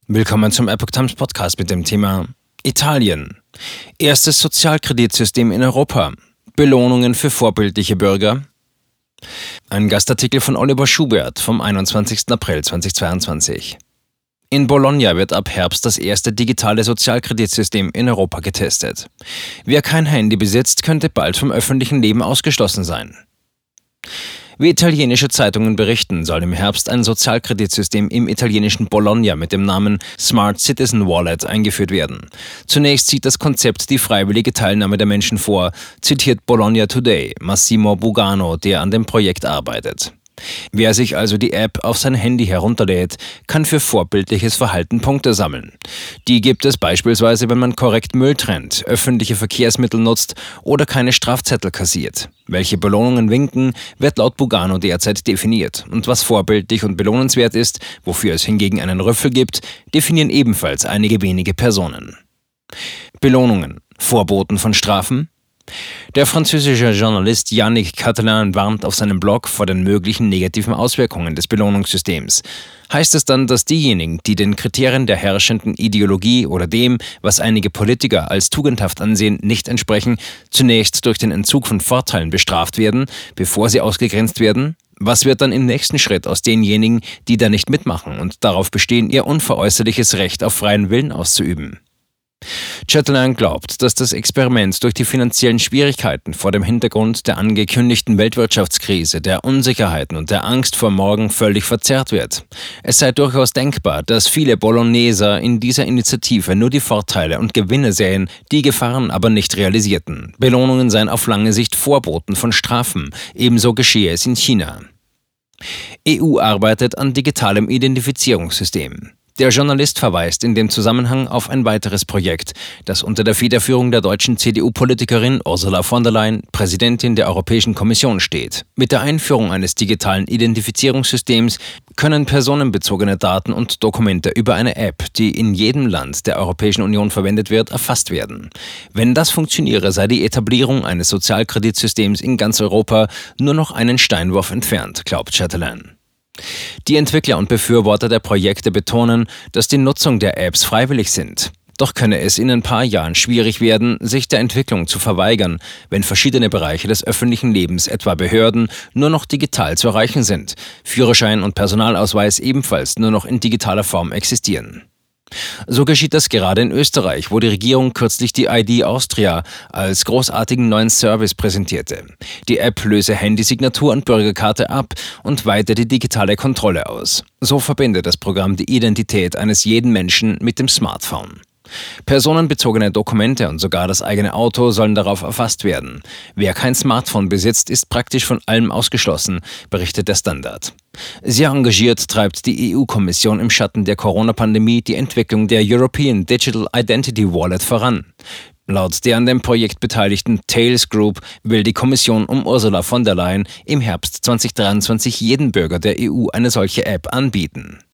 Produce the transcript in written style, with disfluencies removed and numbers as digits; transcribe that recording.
Willkommen zum Epoch Times Podcast mit dem Thema Italien. Erstes Sozialkreditsystem in Europa. Belohnungen für vorbildliche Bürger. Ein Gastartikel von Oliver Schubert vom 21. April 2022. In Bologna wird ab Herbst das erste digitale Sozialkreditsystem in Europa getestet. Wer kein Handy besitzt, könnte bald vom öffentlichen Leben ausgeschlossen sein. Wie italienische Zeitungen berichten, soll im Herbst ein Sozialkreditsystem im italienischen Bologna mit dem Namen Smart Citizen Wallet eingeführt werden. Zunächst sieht das Konzept die freiwillige Teilnahme der Menschen vor, zitiert Bologna Today Massimo Bugano, der an dem Projekt arbeitet. Wer sich also die App auf sein Handy herunterlädt, kann für vorbildliches Verhalten Punkte sammeln. Die gibt es beispielsweise, wenn man korrekt Müll trennt, öffentliche Verkehrsmittel nutzt oder keine Strafzettel kassiert. Welche Belohnungen winken, wird laut Bugano derzeit definiert. Und was vorbildlich und belohnenswert ist, wofür es hingegen einen Rüffel gibt, definieren ebenfalls einige wenige Personen. Belohnungen. Vorboten von Strafen. Der französische Journalist Yannick Catelin warnt auf seinem Blog vor den möglichen negativen Auswirkungen des Belohnungssystems. Heißt es dann, dass diejenigen, die den Kriterien der herrschenden Ideologie oder dem, was einige Politiker als tugendhaft ansehen, nicht entsprechen, zunächst durch den Entzug von Vorteilen bestraft werden, bevor sie ausgegrenzt werden? Was wird dann im nächsten Schritt aus denjenigen, die da nicht mitmachen und darauf bestehen, ihr unveräußerliches Recht auf freien Willen auszuüben? Chatelain glaubt, dass das Experiment durch die finanziellen Schwierigkeiten vor dem Hintergrund der angekündigten Weltwirtschaftskrise, der Unsicherheiten und der Angst vor morgen völlig verzerrt wird. Es sei durchaus denkbar, dass viele Bologneser in dieser Initiative nur die Vorteile und Gewinne sähen, die Gefahren aber nicht realisierten. Belohnungen seien auf lange Sicht Vorboten von Strafen, ebenso geschehe es in China. EU arbeitet an digitalem Identifizierungssystem. Der Journalist verweist in dem Zusammenhang auf ein weiteres Projekt, das unter der Federführung der deutschen CDU-Politikerin Ursula von der Leyen, Präsidentin der Europäischen Kommission, steht. Mit der Einführung eines digitalen Identifizierungssystems können personenbezogene Daten und Dokumente über eine App, die in jedem Land der Europäischen Union verwendet wird, erfasst werden. Wenn das funktioniere, sei die Etablierung eines Sozialkreditsystems in ganz Europa nur noch einen Steinwurf entfernt, glaubt Chatelain. Die Entwickler und Befürworter der Projekte betonen, dass die Nutzung der Apps freiwillig sind. Doch könne es in ein paar Jahren schwierig werden, sich der Entwicklung zu verweigern, wenn verschiedene Bereiche des öffentlichen Lebens, etwa Behörden, nur noch digital zu erreichen sind, Führerschein und Personalausweis ebenfalls nur noch in digitaler Form existieren. So geschieht das gerade in Österreich, wo die Regierung kürzlich die ID Austria als großartigen neuen Service präsentierte. Die App löse Handysignatur und Bürgerkarte ab und weite die digitale Kontrolle aus. So verbindet das Programm die Identität eines jeden Menschen mit dem Smartphone. Personenbezogene Dokumente und sogar das eigene Auto sollen darauf erfasst werden. Wer kein Smartphone besitzt, ist praktisch von allem ausgeschlossen, berichtet der Standard. Sehr engagiert treibt die EU-Kommission im Schatten der Corona-Pandemie die Entwicklung der European Digital Identity Wallet voran. Laut der an dem Projekt beteiligten Thales Group will die Kommission um Ursula von der Leyen im Herbst 2023 jedem Bürger der EU eine solche App anbieten.